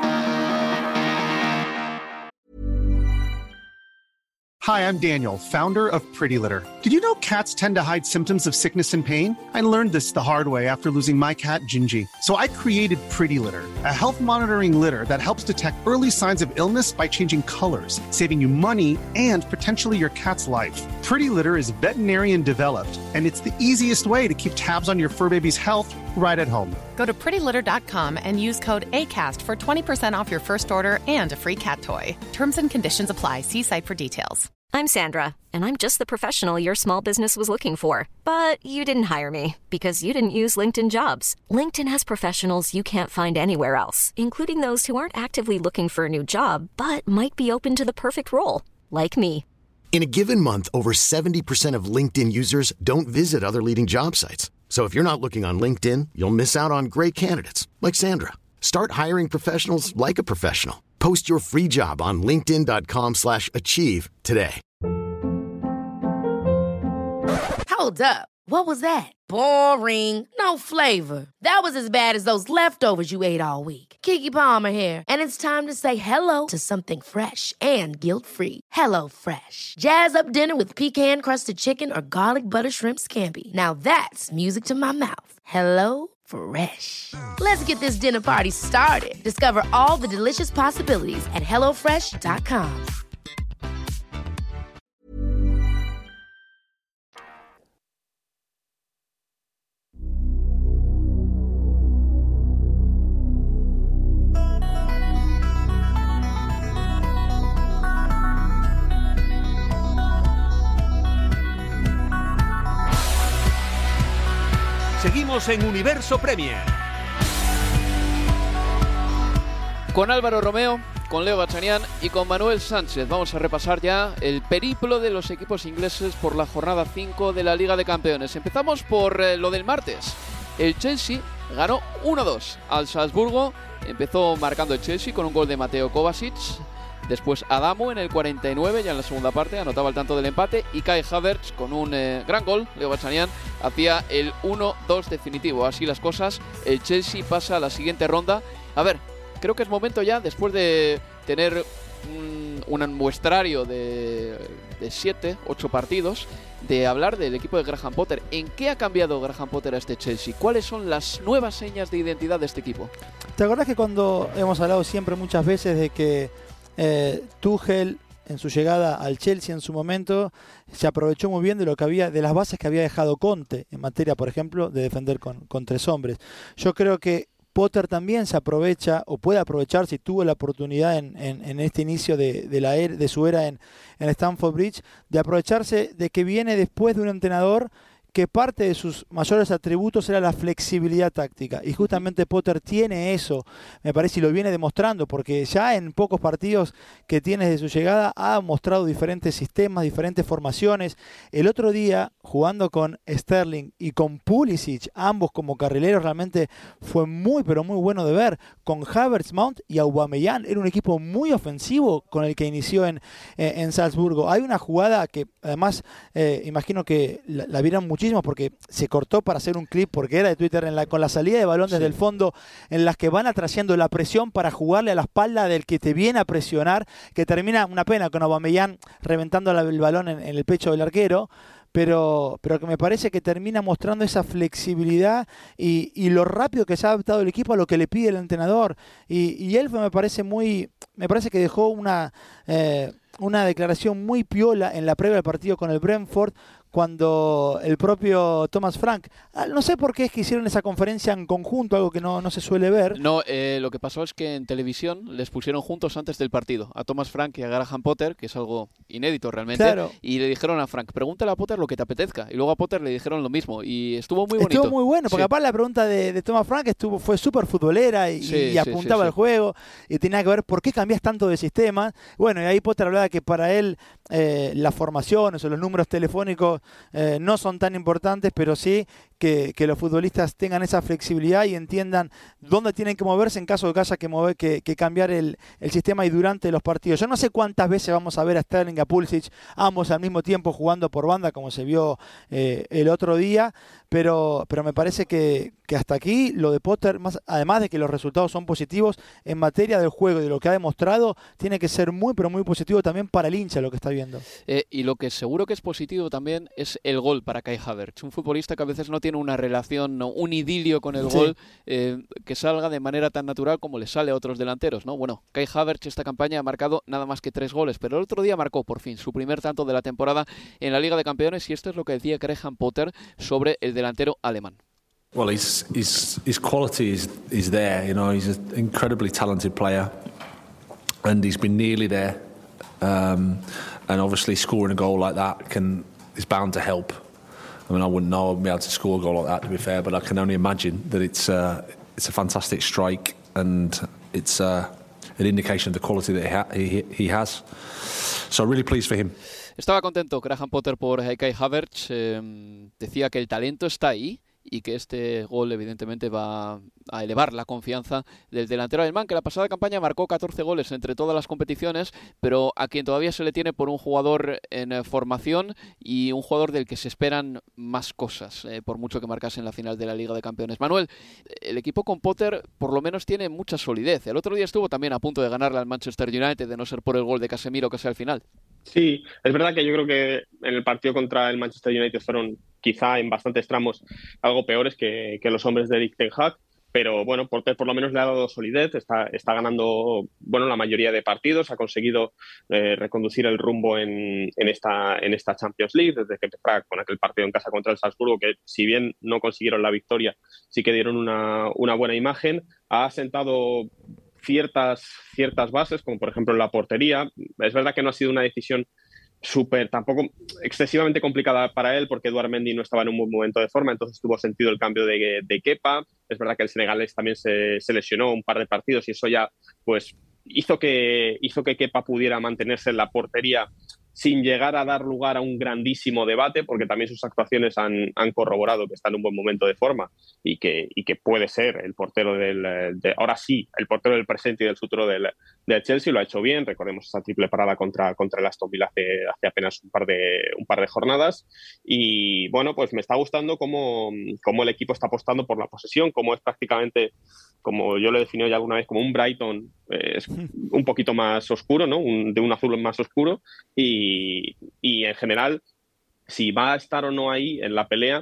Hi, I'm Daniel, founder of Pretty Litter. Did you know cats tend to hide symptoms of sickness and pain? I learned this the hard way after losing my cat, Gingy. So I created Pretty Litter, a health monitoring litter that helps detect early signs of illness by changing colors, saving you money and potentially your cat's life. Pretty Litter is veterinarian developed, and it's the easiest way to keep tabs on your fur baby's health right at home. Go to prettylitter.com and use code ACAST for 20% off your first order and a free cat toy. Terms and conditions apply. See site for details. I'm Sandra, and I'm just the professional your small business was looking for. But you didn't hire me because you didn't use LinkedIn Jobs. LinkedIn has professionals you can't find anywhere else, including those who aren't actively looking for a new job, but might be open to the perfect role, like me. In a given month, over 70% of LinkedIn users don't visit other leading job sites. So if you're not looking on LinkedIn, you'll miss out on great candidates like Sandra. Start hiring professionals like a professional. Post your free job on linkedin.com/achieve today. Hold up. What was that? Boring. No flavor. That was as bad as those leftovers you ate all week. Keke Palmer here, and it's time to say hello to something fresh and guilt-free. Hello Fresh. Jazz up dinner with pecan-crusted chicken or garlic butter shrimp scampi. Now that's music to my mouth. Hello Fresh. Let's get this dinner party started. Discover all the delicious possibilities at hellofresh.com. Seguimos en Universo Premier. Con Álvaro Romeo, con Leo Bachanian y con Manuel Sánchez vamos a repasar ya el periplo de los equipos ingleses por la jornada 5 de la Liga de Campeones. Empezamos por lo del martes. El Chelsea ganó 1-2 al Salzburgo. Empezó marcando el Chelsea con un gol de Mateo Kovacic. Después Adamo en el 49, ya en la segunda parte, anotaba el tanto del empate. Y Kai Havertz con un gran gol. Leo Bachanian hacía el 1-2 definitivo. Así las cosas, el Chelsea pasa a la siguiente ronda. A ver, creo que es momento ya, después de tener un muestrario de 7, 8 partidos, de hablar del equipo de Graham Potter. ¿En qué ha cambiado Graham Potter a este Chelsea? ¿Cuáles son las nuevas señas de identidad de este equipo? ¿Te acordás que cuando hemos hablado siempre muchas veces de que Tuchel en su llegada al Chelsea en su momento se aprovechó muy bien de lo que había, de las bases que había dejado Conte en materia, por ejemplo, de defender con 3 hombres? Yo creo que Potter también se aprovecha o puede aprovechar, si tuvo la oportunidad en este inicio de su era en Stamford Bridge, de aprovecharse de que viene después de un entrenador que parte de sus mayores atributos era la flexibilidad táctica, y justamente Potter tiene eso, me parece, y lo viene demostrando, porque ya en pocos partidos que tiene desde su llegada ha mostrado diferentes sistemas, diferentes formaciones. El otro día, jugando con Sterling y con Pulisic, ambos como carrileros, realmente fue muy, pero muy bueno de ver. Con Havertz, Mount y Aubameyang, era un equipo muy ofensivo con el que inició en Salzburgo. Hay una jugada que además imagino que la vieron muchísimo porque se cortó para hacer un clip, porque era de Twitter, con la salida de balón desde el fondo, en las que van atrayendo la presión para jugarle a la espalda del que te viene a presionar, que termina, una pena, con Aubameyang reventando el balón en el pecho del arquero, pero que me parece que termina mostrando esa flexibilidad y lo rápido que se ha adaptado el equipo a lo que le pide el entrenador. Y él me parece que dejó una declaración muy piola en la previa del partido con el Brentford, cuando el propio Thomas Frank, no sé por qué es que hicieron esa conferencia en conjunto, algo que no se suele ver. No, lo que pasó es que en televisión les pusieron juntos antes del partido, a Thomas Frank y a Graham Potter, que es algo inédito realmente, claro. Y le dijeron a Frank, pregúntale a Potter lo que te apetezca, y luego a Potter le dijeron lo mismo, y estuvo muy bonito. Estuvo muy bueno, porque aparte la pregunta de Thomas Frank fue súper futbolera y apuntaba al juego, y tenía que ver por qué cambias tanto de sistema. Bueno, y ahí Potter hablaba que para él las formaciones o los números telefónicos no son tan importantes, pero sí que los futbolistas tengan esa flexibilidad y entiendan dónde tienen que moverse en caso de que haya que cambiar el sistema y durante los partidos. Yo no sé cuántas veces vamos a ver a Sterling y a Pulisic ambos al mismo tiempo jugando por banda, como se vio el otro día, pero me parece que que hasta aquí lo de Potter, además de que los resultados son positivos, en materia del juego y de lo que ha demostrado, tiene que ser muy, pero muy positivo también para el hincha lo que está viendo. Y lo que seguro que es positivo también es el gol para Kai Havertz, un futbolista que a veces no tiene una relación, no, un idilio con el gol que salga de manera tan natural como le sale a otros delanteros, ¿no? Bueno, Kai Havertz esta campaña ha marcado nada más que 3 goles, pero el otro día marcó por fin su primer tanto de la temporada en la Liga de Campeones, y esto es lo que decía Graham Potter sobre el delantero alemán. Well, his quality is there, you know, he's an incredibly talented player and he's been nearly there, and obviously scoring a goal like that is bound to help. I mean, I wouldn't know I'd be able to score a goal like that, to be fair, but I can only imagine that it's a fantastic strike, and it's an indication of the quality that he has. So really pleased for him. Estaba contento Graham Potter por Kai Havertz. Decía que el talento está ahí y que este gol evidentemente va a elevar la confianza del delantero alemán, que la pasada campaña marcó 14 goles entre todas las competiciones, pero a quien todavía se le tiene por un jugador en formación y un jugador del que se esperan más cosas, por mucho que marcase en la final de la Liga de Campeones. Manuel, el equipo con Potter por lo menos tiene mucha solidez. El otro día estuvo también a punto de ganarle al Manchester United, de no ser por el gol de Casemiro casi al final. Sí, es verdad que yo creo que en el partido contra el Manchester United fueron quizá en bastantes tramos algo peores que los hombres de Erik ten Hag, pero bueno, Potter por lo menos le ha dado solidez, está ganando la mayoría de partidos, ha conseguido reconducir el rumbo en esta Champions League desde que empezó con aquel partido en casa contra el Salzburgo, que si bien no consiguieron la victoria, sí que dieron una buena imagen. Ha sentado ciertas bases, como por ejemplo en la portería. Es verdad que no ha sido una decisión tampoco excesivamente complicada para él, porque Edouard Mendy no estaba en un buen momento de forma, entonces tuvo sentido el cambio de Kepa. Es verdad que el senegalés también se lesionó un par de partidos y eso ya pues hizo que Kepa pudiera mantenerse en la portería sin llegar a dar lugar a un grandísimo debate, porque también sus actuaciones han corroborado que está en un buen momento de forma y que puede ser el portero ahora sí, el portero del presente y del futuro del Chelsea. Lo ha hecho bien, recordemos esa triple parada contra el Aston Villa hace apenas un par de jornadas. Y bueno, pues me está gustando cómo el equipo está apostando por la posesión, cómo es prácticamente, como yo lo he definido ya alguna vez, como un Brighton es un poquito más oscuro, ¿no? De un azul más oscuro, y en general, si va a estar o no ahí en la pelea,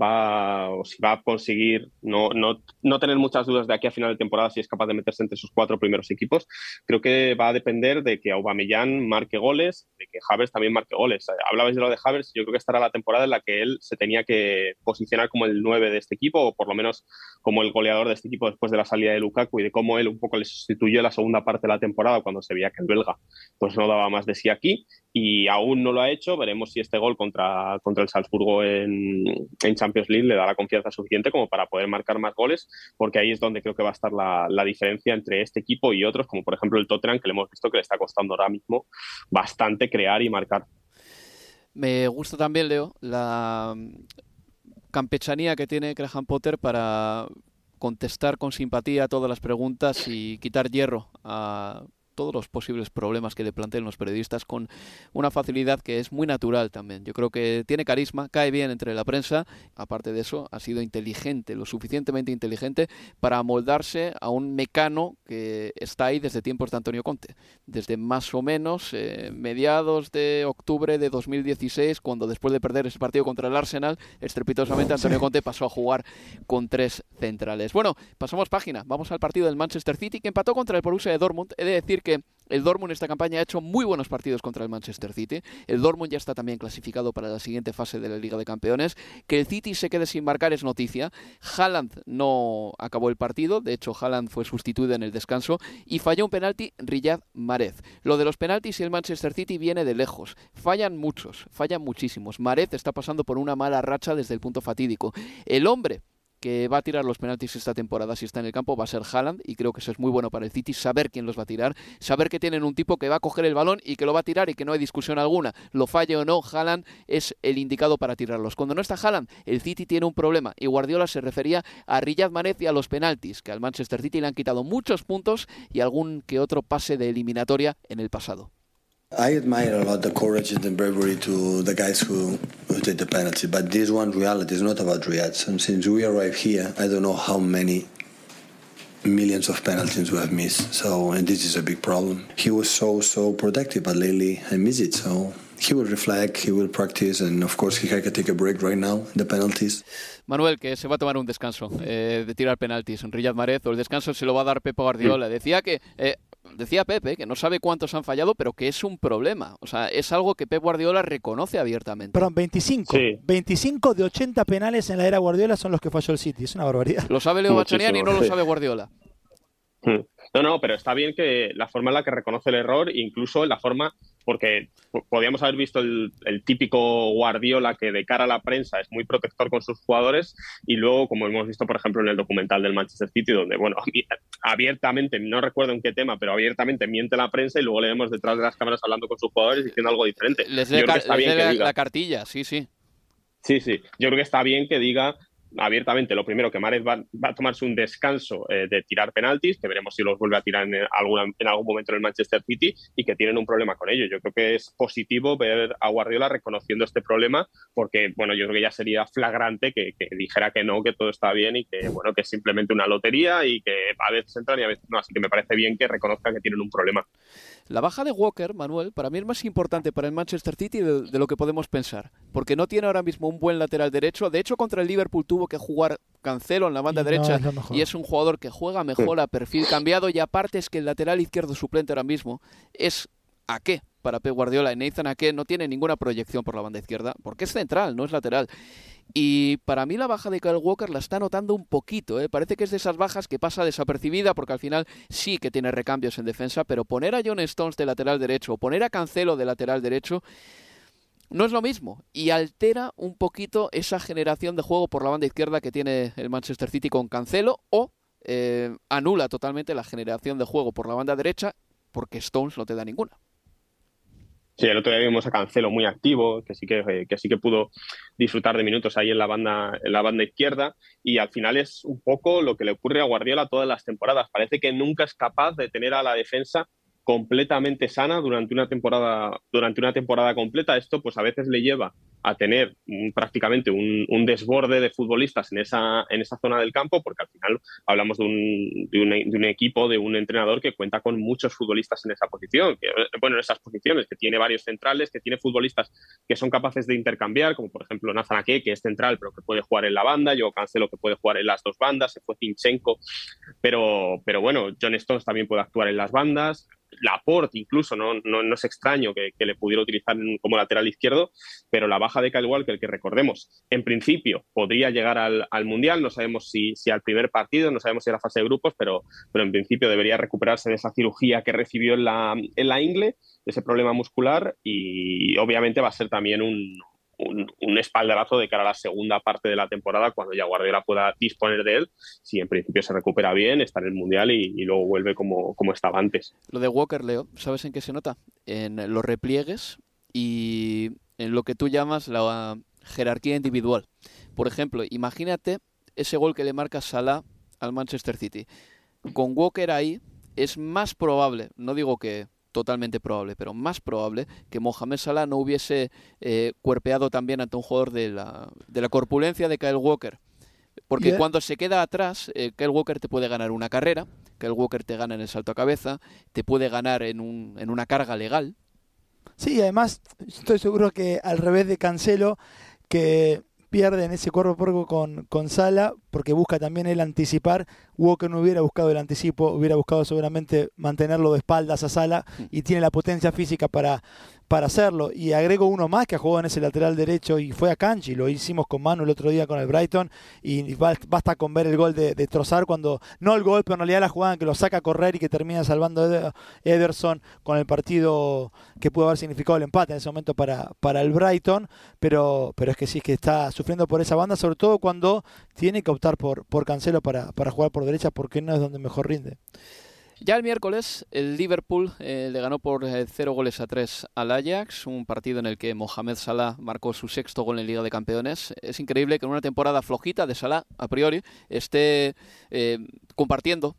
si va a conseguir no tener muchas dudas de aquí a final de temporada, si es capaz de meterse entre sus 4 primeros equipos. Creo que va a depender de que Aubameyang marque goles, de que Havertz también marque goles. Hablabais de lo de Havertz, yo creo que estará la temporada en la que él se tenía que posicionar como el 9 de este equipo, o por lo menos como el goleador de este equipo después de la salida de Lukaku, y de cómo él un poco le sustituyó en la segunda parte de la temporada cuando se veía que el belga pues no daba más de sí aquí, y aún no lo ha hecho. Veremos si este gol contra el Salzburgo en Champions League le da la confianza suficiente como para poder marcar más goles, porque ahí es donde creo que va a estar la diferencia entre este equipo y otros, como por ejemplo el Tottenham, que le hemos visto que le está costando ahora mismo bastante crear y marcar. Me gusta también, Leo, la campechanía que tiene Graham Potter para contestar con simpatía a todas las preguntas y quitar hierro a todos los posibles problemas que le planteen los periodistas con una facilidad que es muy natural también. Yo creo que tiene carisma, cae bien entre la prensa. Aparte de eso, ha sido inteligente, lo suficientemente inteligente para amoldarse a un mecano que está ahí desde tiempos de Antonio Conte. Desde más o menos mediados de octubre de 2016, cuando después de perder ese partido contra el Arsenal, estrepitosamente Antonio Conte pasó a jugar con 3 centrales. Bueno, pasamos página. Vamos al partido del Manchester City, que empató contra el Borussia de Dortmund. He de decir que el Dortmund esta campaña ha hecho muy buenos partidos contra el Manchester City. El Dortmund ya está también clasificado para la siguiente fase de la Liga de Campeones. Que el City se quede sin marcar es noticia. Haaland no acabó el partido. De hecho, Haaland fue sustituido en el descanso y falló un penalti Riyad Mahrez. Lo de los penaltis y el Manchester City viene de lejos. Fallan muchísimos. Mahrez está pasando por una mala racha desde el punto fatídico. El hombre que va a tirar los penaltis esta temporada, si está en el campo, va a ser Haaland, y creo que eso es muy bueno para el City, saber quién los va a tirar, saber que tienen un tipo que va a coger el balón y que lo va a tirar y que no hay discusión alguna. Lo falle o no, Haaland es el indicado para tirarlos. Cuando no está Haaland, el City tiene un problema, y Guardiola se refería a Riyad Mahrez y a los penaltis, que al Manchester City le han quitado muchos puntos y algún que otro pase de eliminatoria en el pasado. I admire a lot the courage and the bravery to the guys who did the penalty, but this one reality is not about Riyadh. And since we arrived here, I don't know how many millions of penalties we have missed. So, and this is a big problem. He was so protective, but lately I miss it. So he will reflect, he will practice, and of course he can take a break right now, the penalties. Manuel, que se va a tomar un descanso de tirar penaltis en Riyad Mahrez, o el descanso se lo va a dar Pep Guardiola. Decía Pepe que no sabe cuántos han fallado, pero que es un problema. O sea, es algo que Pep Guardiola reconoce abiertamente. Perdón, 25. Sí. 25 de 80 penales en la era Guardiola son los que falló el City. Es una barbaridad. Lo sabe Leo Bachanian y no lo sabe Guardiola. No, pero está bien que la forma en la que reconoce el error, incluso la forma, porque podíamos haber visto el típico Guardiola que de cara a la prensa es muy protector con sus jugadores, y luego, como hemos visto, por ejemplo, en el documental del Manchester City, donde, bueno, abiertamente, no recuerdo en qué tema, pero abiertamente miente la prensa y luego le vemos detrás de las cámaras hablando con sus jugadores diciendo algo diferente. Les lee la cartilla, sí. Sí, yo creo que está bien que diga abiertamente, lo primero, que Mahrez va a tomarse un descanso de tirar penaltis, que veremos si los vuelve a tirar en algún momento en el Manchester City, y que tienen un problema con ello. Yo creo que es positivo ver a Guardiola reconociendo este problema, porque, bueno, yo creo que ya sería flagrante que dijera que no, que todo está bien y que, bueno, que es simplemente una lotería y que a veces entran y a veces no. Así que me parece bien que reconozca que tienen un problema. La baja de Walker, Manuel, para mí es más importante para el Manchester City de lo que podemos pensar, porque no tiene ahora mismo un buen lateral derecho. De hecho, contra el Liverpool tuvo que jugar Cancelo en la banda derecha, y es un jugador que juega mejor a perfil cambiado, y aparte es que el lateral izquierdo suplente ahora mismo es Ake para Pep Guardiola, y Nathan Ake no tiene ninguna proyección por la banda izquierda, porque es central, no es lateral. Y para mí la baja de Kyle Walker la está notando un poquito, ¿eh? Parece que es de esas bajas que pasa desapercibida, porque al final sí que tiene recambios en defensa, pero poner a John Stones de lateral derecho o poner a Cancelo de lateral derecho no es lo mismo, y altera un poquito esa generación de juego por la banda izquierda que tiene el Manchester City con Cancelo, o anula totalmente la generación de juego por la banda derecha, porque Stones no te da ninguna. Sí, el otro día vimos a Cancelo muy activo, que sí que pudo disfrutar de minutos ahí en la banda izquierda, y al final es un poco lo que le ocurre a Guardiola todas las temporadas. Parece que nunca es capaz de tener a la defensa completamente sana durante una temporada completa. Esto pues a veces le lleva a tener prácticamente un desborde de futbolistas en esa zona del campo, porque al final hablamos de un equipo, de un entrenador que cuenta con muchos futbolistas en esa posición, en esas posiciones, que tiene varios centrales, que tiene futbolistas que son capaces de intercambiar, como por ejemplo Nathan Ake, que es central pero que puede jugar en la banda, Joao Cancelo, que puede jugar en las dos bandas, se fue Zinchenko, pero bueno, John Stones también puede actuar en las bandas, Laporte incluso, no es extraño que le pudiera utilizar como lateral izquierdo, pero la baja de Kyle Walker, que recordemos, en principio podría llegar al Mundial, no sabemos si al primer partido, no sabemos si a la fase de grupos, pero en principio debería recuperarse de esa cirugía que recibió en la ingle, ese problema muscular, y obviamente va a ser también un espaldarazo de cara a la segunda parte de la temporada, cuando ya Guardiola pueda disponer de él, si en principio se recupera bien, está en el Mundial y luego vuelve como estaba antes. Lo de Walker, Leo, ¿sabes en qué se nota? En los repliegues y en lo que tú llamas la jerarquía individual. Por ejemplo, imagínate ese gol que le marca Salah al Manchester City. Con Walker ahí es más probable, no digo que totalmente probable, pero más probable que Mohamed Salah no hubiese cuerpeado también ante un jugador de la corpulencia de Kyle Walker. Porque cuando se queda atrás, Kyle Walker te puede ganar una carrera, Kyle Walker te gana en el salto a cabeza, te puede ganar en una carga legal. Sí, además estoy seguro que al revés de Cancelo, que pierde en ese cuerpo a cuerpo con Salah, porque busca también él anticipar. Walker no hubiera buscado el anticipo, hubiera buscado seguramente mantenerlo de espaldas a Salah, y tiene la potencia física para hacerlo. Y agrego uno más que ha jugado en ese lateral derecho y fue a Kanji, lo hicimos con Manu el otro día con el Brighton, y basta con ver el gol de Trossard, cuando, no el gol, pero en realidad la jugada que lo saca a correr y que termina salvando a Ederson con el partido que pudo haber significado el empate en ese momento para el Brighton, pero es que sí, que está sufriendo por esa banda, sobre todo cuando tiene que optar por Cancelo para jugar por derecha, porque no es donde mejor rinde. Ya el miércoles el Liverpool le ganó por 0-3 al Ajax, un partido en el que Mohamed Salah marcó su 6º gol en Liga de Campeones. Es increíble que en una temporada flojita de Salah, a priori, esté compartiendo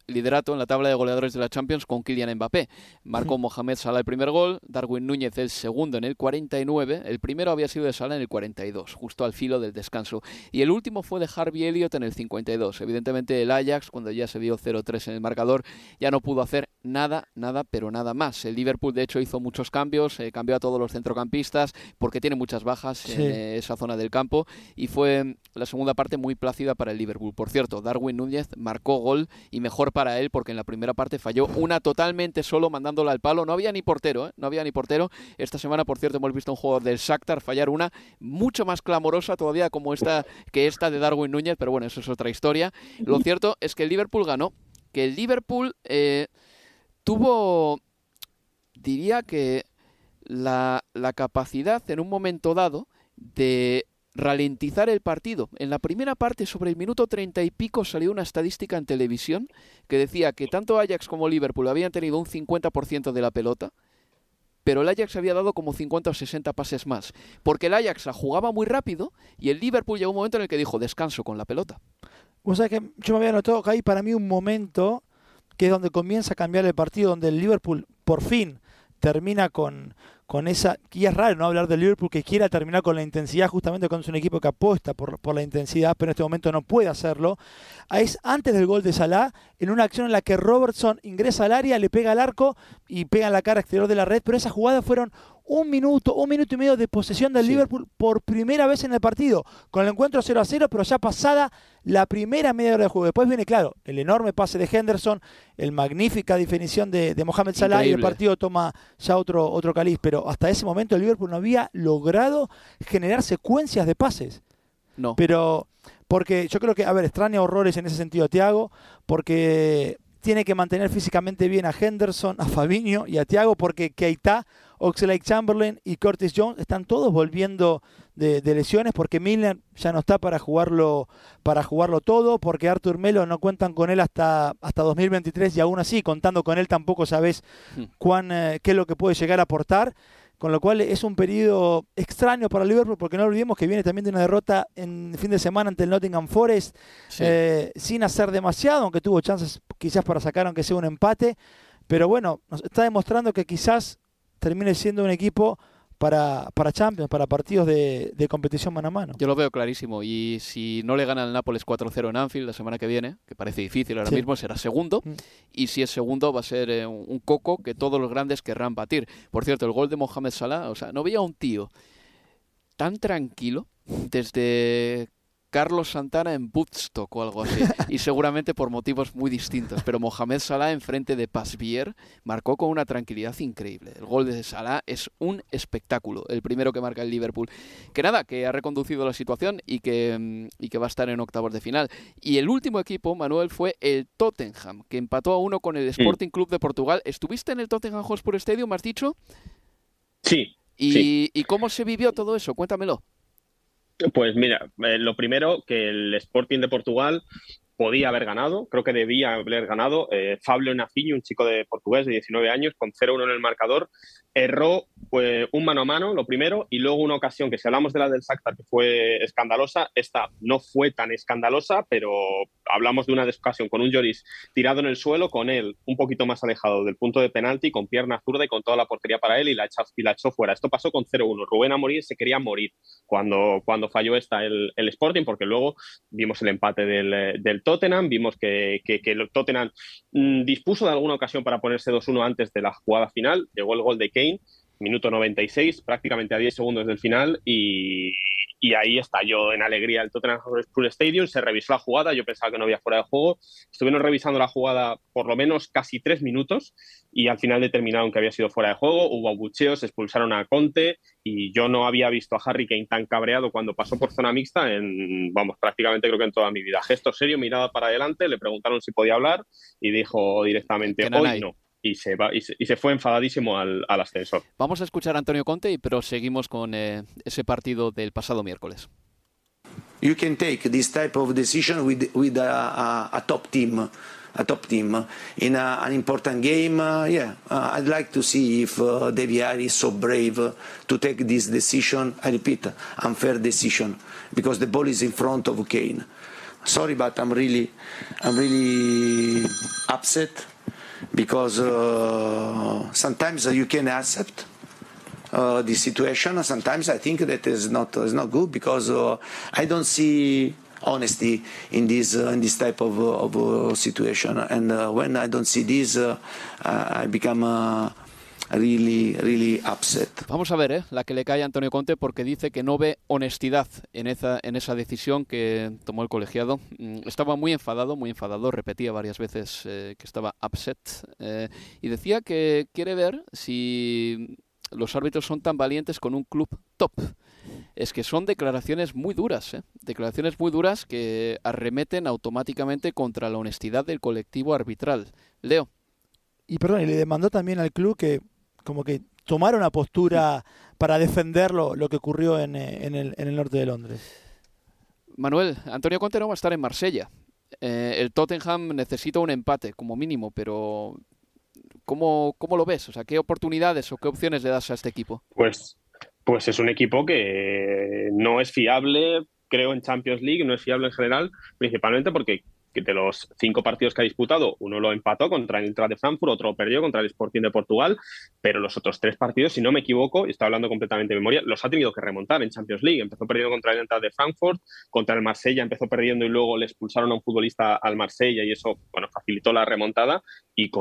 liderato en la tabla de goleadores de la Champions con Kylian Mbappé. Marcó Mohamed Salah el primer gol, Darwin Núñez el segundo en el 49, el primero había sido de Salah en el 42, justo al filo del descanso. Y el último fue de Harvey Elliott en el 52. Evidentemente el Ajax, cuando ya se dio 0-3 en el marcador, ya no pudo hacer nada, pero nada más. El Liverpool, de hecho, hizo muchos cambios, cambió a todos los centrocampistas, porque tiene muchas bajas en esa zona del campo, y fue la segunda parte muy plácida para el Liverpool. Por cierto, Darwin Núñez marcó gol, y mejor para él, porque en la primera parte falló una totalmente solo, mandándola al palo. No había ni portero, no había ni portero. Esta semana, por cierto, hemos visto a un jugador del Shakhtar fallar una mucho más clamorosa todavía como esta de Darwin Núñez, pero bueno, eso es otra historia. Lo cierto es que el Liverpool ganó, que el Liverpool tuvo, diría que la capacidad en un momento dado de ralentizar el partido. En la primera parte, sobre el minuto 30 y pico, salió una estadística en televisión que decía que tanto Ajax como Liverpool habían tenido un 50% de la pelota, pero el Ajax había dado como 50 o 60 pases más, porque el Ajax la jugaba muy rápido y el Liverpool llegó un momento en el que dijo descanso con la pelota. O sea que yo me había notado que hay para mí un momento que es donde comienza a cambiar el partido, donde el Liverpool por fin termina con esa, y es raro no hablar del Liverpool que quiera terminar con la intensidad, justamente cuando es un equipo que apuesta por la intensidad, pero en este momento no puede hacerlo. Es antes del gol de Salah, en una acción en la que Robertson ingresa al área, le pega al arco y pega en la cara exterior de la red, pero esa jugada fueron un minuto y medio de posesión del Liverpool por primera vez en el partido, con el encuentro 0-0, pero ya pasada la primera media hora de juego. Después viene, claro, el enorme pase de Henderson, el magnífica definición de Mohamed Salah. Increíble. Y el partido toma ya otro caliz, pero hasta ese momento el Liverpool no había logrado generar secuencias de pases. No. Pero, porque yo creo que, extraña horrores en ese sentido Thiago, porque tiene que mantener físicamente bien a Henderson, a Fabinho y a Thiago, porque Keita, Oxlade-Chamberlain y Curtis Jones están todos volviendo de lesiones, porque Milner ya no está para jugarlo todo, porque Arthur Melo no cuentan con él hasta 2023, y aún así, contando con él, tampoco sabes qué es lo que puede llegar a aportar. Con lo cual es un periodo extraño para el Liverpool, porque no olvidemos que viene también de una derrota en fin de semana ante el Nottingham Forest, sin hacer demasiado, aunque tuvo chances quizás para sacar aunque sea un empate. Pero bueno, nos está demostrando que quizás termine siendo un equipo para Champions, para partidos de competición mano a mano. Yo lo veo clarísimo, y si no le gana al Nápoles 4-0 en Anfield la semana que viene, que parece difícil ahora mismo, será segundo, y si es segundo va a ser un coco que todos los grandes querrán batir. Por cierto, el gol de Mohamed Salah, o sea, no veía a un tío tan tranquilo desde Carlos Santana en Woodstock o algo así, y seguramente por motivos muy distintos, pero Mohamed Salah enfrente de Pasvier marcó con una tranquilidad increíble. El gol de Salah es un espectáculo, el primero que marca el Liverpool, que ha reconducido la situación y que va a estar en octavos de final. Y el último equipo, Manuel, fue el Tottenham, que empató a 1 con el Sporting Club de Portugal. ¿Estuviste en el Tottenham Hotspur Stadium, me has dicho? Sí. ¿Y cómo se vivió todo eso? Cuéntamelo. Pues mira, lo primero, que el Sporting de Portugal podía haber ganado, creo que debía haber ganado. Fabio Nacinho, un chico de portugués de 19 años, con 0-1 en el marcador, erró un mano a mano, lo primero, y luego una ocasión que, si hablamos de la del Shakhtar, que fue escandalosa, esta no fue tan escandalosa, pero hablamos de una ocasión con un Lloris tirado en el suelo, con él un poquito más alejado del punto de penalti, con pierna zurda y con toda la portería para él, y la echó fuera. Esto pasó con 0-1. Rubén Amorim se quería morir cuando falló el Sporting, porque luego vimos el empate del Tottenham, vimos que el Tottenham dispuso de alguna ocasión para ponerse 2-1 antes de la jugada final. Llegó el gol de Kane, minuto 96, prácticamente a 10 segundos del final, y ahí estalló en alegría el Tottenham Hotspur Stadium. Se revisó la jugada, yo pensaba que no había fuera de juego, estuvieron revisando la jugada por lo menos casi 3 minutos, y al final determinaron que había sido fuera de juego. Hubo abucheos, expulsaron a Conte, y yo no había visto a Harry Kane tan cabreado cuando pasó por zona mixta prácticamente creo que en toda mi vida. Gesto serio, mirada para adelante, le preguntaron si podía hablar y dijo directamente, hoy no. Y se fue enfadadísimo al ascensor. Vamos a escuchar a Antonio Conte, pero seguimos con ese partido del pasado miércoles. You can take this type of decision with a top team. In an important game, I'd like to see if De Villar is so brave to take this decision. I repeat, unfair decision, because the ball is in front of Kane. sorry, but I'm really upset because sometimes you can accept the situation. Sometimes I think that is not good because I don't see honesty in this type of situation, and when I don't see this, I become really upset. Vamos a ver, la que le cae a Antonio Conte, porque dice que no ve honestidad en esa decisión que tomó el colegiado. Estaba muy enfadado, repetía varias veces que estaba upset, y decía que quiere ver si los árbitros son tan valientes con un club top. Es que son declaraciones muy duras, declaraciones muy duras que arremeten automáticamente contra la honestidad del colectivo arbitral. Leo. Y perdón, y le demandó también al club que como que tomara una postura para defender lo que ocurrió en el norte de Londres. Manuel, Antonio Conte no va a estar en Marsella. El Tottenham necesita un empate como mínimo, pero ¿cómo lo ves? O sea, ¿qué oportunidades o qué opciones le das a este equipo? Pues es un equipo que no es fiable, creo, en Champions League, no es fiable en general, principalmente porque de los 5 partidos que ha disputado, uno lo empató contra el Eintracht de Frankfurt, otro lo perdió contra el Sporting de Portugal, pero los otros 3 partidos, si no me equivoco, y estoy hablando completamente de memoria, los ha tenido que remontar en Champions League. Empezó perdiendo contra el Eintracht de Frankfurt, contra el Marsella empezó perdiendo y luego le expulsaron a un futbolista al Marsella y eso, facilitó la remontada, y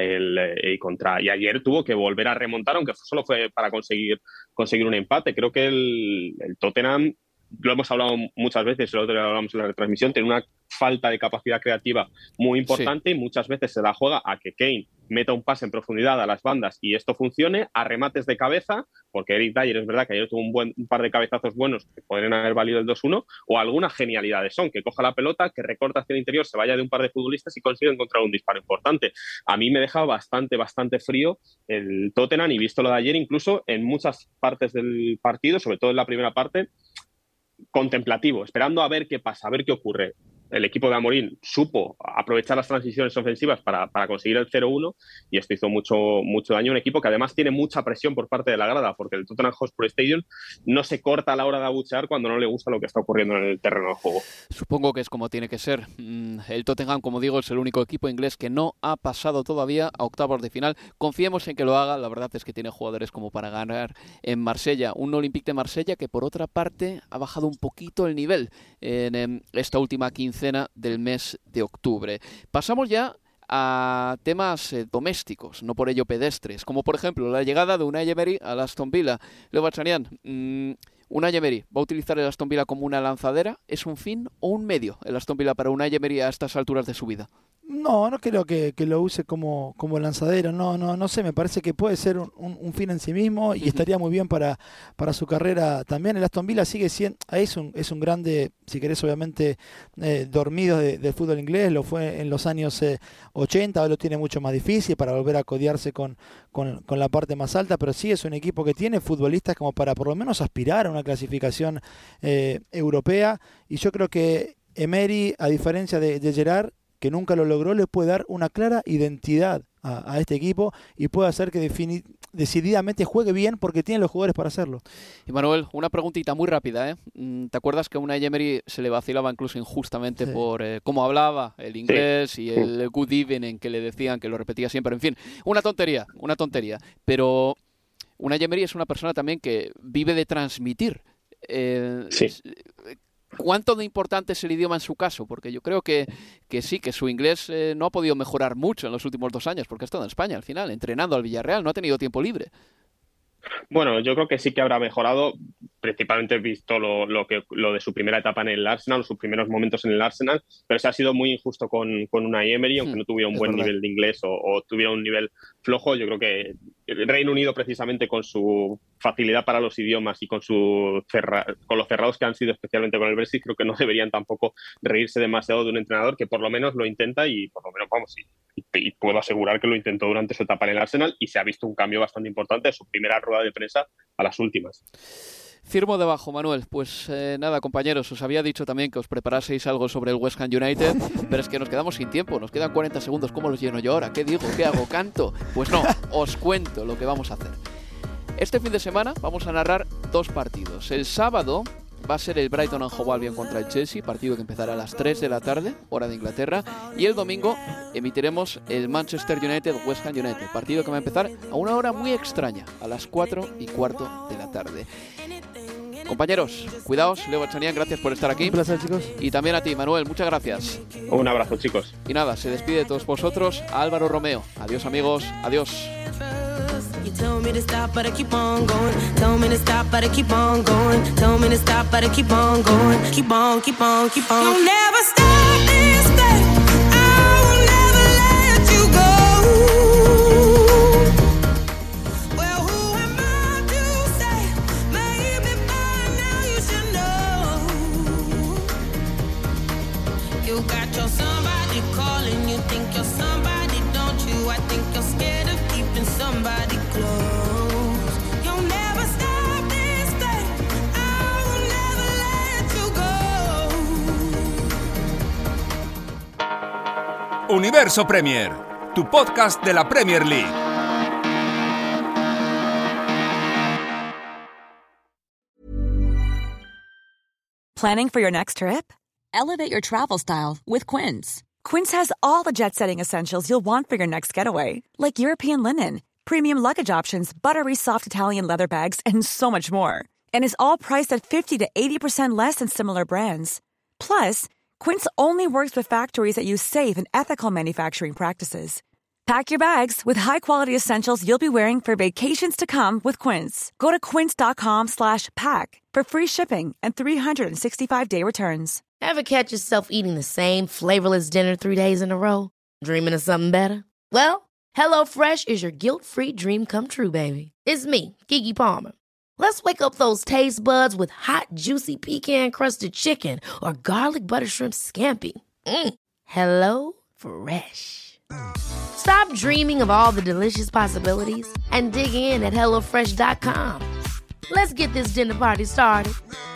y ayer tuvo que volver a remontar, aunque solo fue para conseguir un empate. Creo que el Tottenham, lo hemos hablado muchas veces, el otro día hablamos en la retransmisión, tiene una falta de capacidad creativa muy importante, y muchas veces se la juega a que Kane meta un pase en profundidad a las bandas y esto funcione, a remates de cabeza, porque Eric Dyer es verdad que ayer tuvo un par de cabezazos buenos que podrían haber valido el 2-1, o alguna genialidad de Son, que coja la pelota, que recorta hacia el interior, se vaya de un par de futbolistas y consigue encontrar un disparo importante. A mí me deja bastante frío el Tottenham, y visto lo de ayer, incluso en muchas partes del partido, sobre todo en la primera parte, contemplativo, esperando a ver qué pasa, a ver qué ocurre. El equipo de Amorim supo aprovechar las transiciones ofensivas para conseguir el 0-1, y esto hizo mucho daño a un equipo que además tiene mucha presión por parte de la grada, porque el Tottenham Hotspur Stadium no se corta a la hora de abuchear cuando no le gusta lo que está ocurriendo en el terreno de juego. Supongo que es como tiene que ser. El Tottenham, como digo, es el único equipo inglés que no ha pasado todavía a octavos de final. Confiemos en que lo haga. La verdad es que tiene jugadores como para ganar en Marsella. Un Olympique de Marsella que, por otra parte, ha bajado un poquito el nivel en esta última quincena del mes de octubre. Pasamos ya a temas domésticos, no por ello pedestres, como por ejemplo la llegada de Unai Emery al Aston Villa. Leo Bachanian, Unai Emery va a utilizar el Aston Villa como una lanzadera. ¿Es un fin o un medio el Aston Villa para Unai Emery a estas alturas de su vida? No creo que lo use como lanzadero. No sé, me parece que puede ser un fin en sí mismo y estaría muy bien para su carrera también. El Aston Villa sigue siendo, es un grande, si querés, obviamente, dormido del fútbol inglés. Lo fue en los años 80, ahora lo tiene mucho más difícil para volver a codearse con la parte más alta, pero sí es un equipo que tiene futbolistas como para por lo menos aspirar a una clasificación europea, y yo creo que Emery, a diferencia de Gerrard, que nunca lo logró, le puede dar una clara identidad a este equipo y puede hacer que decididamente juegue bien, porque tiene los jugadores para hacerlo. Y Manuel, una preguntita muy rápida, ¿Te acuerdas que a Unai Emery se le vacilaba incluso injustamente por cómo hablaba el inglés y el good evening que le decían, que lo repetía siempre? En fin, una tontería. Pero Unai Emery es una persona también que vive de transmitir. ¿Cuánto de importante es el idioma en su caso? Porque yo creo que sí, que su inglés no ha podido mejorar mucho en los últimos 2 años, porque ha estado en España al final, entrenando al Villarreal, no ha tenido tiempo libre. Bueno, yo creo que sí que habrá mejorado, principalmente visto lo de su primera etapa en el Arsenal, sus primeros momentos en el Arsenal, pero se ha sido muy injusto con Unai Emery, aunque no tuviera un buen nivel de inglés o tuviera un nivel flojo. Yo creo que el Reino Unido, precisamente con su facilidad para los idiomas y con los cerrados que han sido, especialmente con el Brexit, creo que no deberían tampoco reírse demasiado de un entrenador que por lo menos lo intenta, y por lo menos, y puedo asegurar que lo intentó durante su etapa en el Arsenal, y se ha visto un cambio bastante importante de su primera rueda de prensa a las últimas. Firmo debajo, Manuel. Pues nada, compañeros, os había dicho también que os preparaseis algo sobre el West Ham United, pero es que nos quedamos sin tiempo, nos quedan 40 segundos. ¿Cómo los lleno yo ahora? ¿Qué digo? ¿Qué hago? ¿Canto? Pues no, os cuento lo que vamos a hacer. Este fin de semana vamos a narrar 2 partidos. El sábado va a ser el Brighton and Hove Albion contra el Chelsea, partido que empezará a las 3 de la tarde, hora de Inglaterra, y el domingo emitiremos el Manchester United-West Ham United, partido que va a empezar a una hora muy extraña, a las 4:15 de la tarde. Compañeros, cuidaos. Leo Bachanian, gracias por estar aquí. Un placer, chicos. Y también a ti, Manuel, muchas gracias. Un abrazo, chicos. Y nada, se despide de todos vosotros Álvaro Romeo. Adiós, amigos. Adiós. You told me to stop, but I keep on going. Told me to stop, but I keep on going. Told me to stop, but I keep on going. Keep on, keep on, keep on. You'll never stop this day. I will never let you go. Well, who am I to say? Maybe by now you should know. You got your somebody calling. You think you're somebody, don't you? I think you're scared of keeping somebody close. You'll never stop this thing. I will never let you go. Universo Premier, tu podcast de la Premier League. Planning for your next trip? Elevate your travel style with Quince. Quince has all the jet-setting essentials you'll want for your next getaway, like European linen, premium luggage options, buttery soft Italian leather bags, and so much more. And is all priced at 50 to 80% less than similar brands. Plus, Quince only works with factories that use safe and ethical manufacturing practices. Pack your bags with high-quality essentials you'll be wearing for vacations to come with Quince. Go to quince.com/pack for free shipping and 365-day returns. Ever catch yourself eating the same flavorless dinner 3 days in a row? Dreaming of something better? Well, HelloFresh is your guilt-free dream come true, baby. It's me, Keke Palmer. Let's wake up those taste buds with hot, juicy pecan-crusted chicken or garlic butter shrimp scampi. Hello Fresh. Stop dreaming of all the delicious possibilities and dig in at HelloFresh.com. Let's get this dinner party started.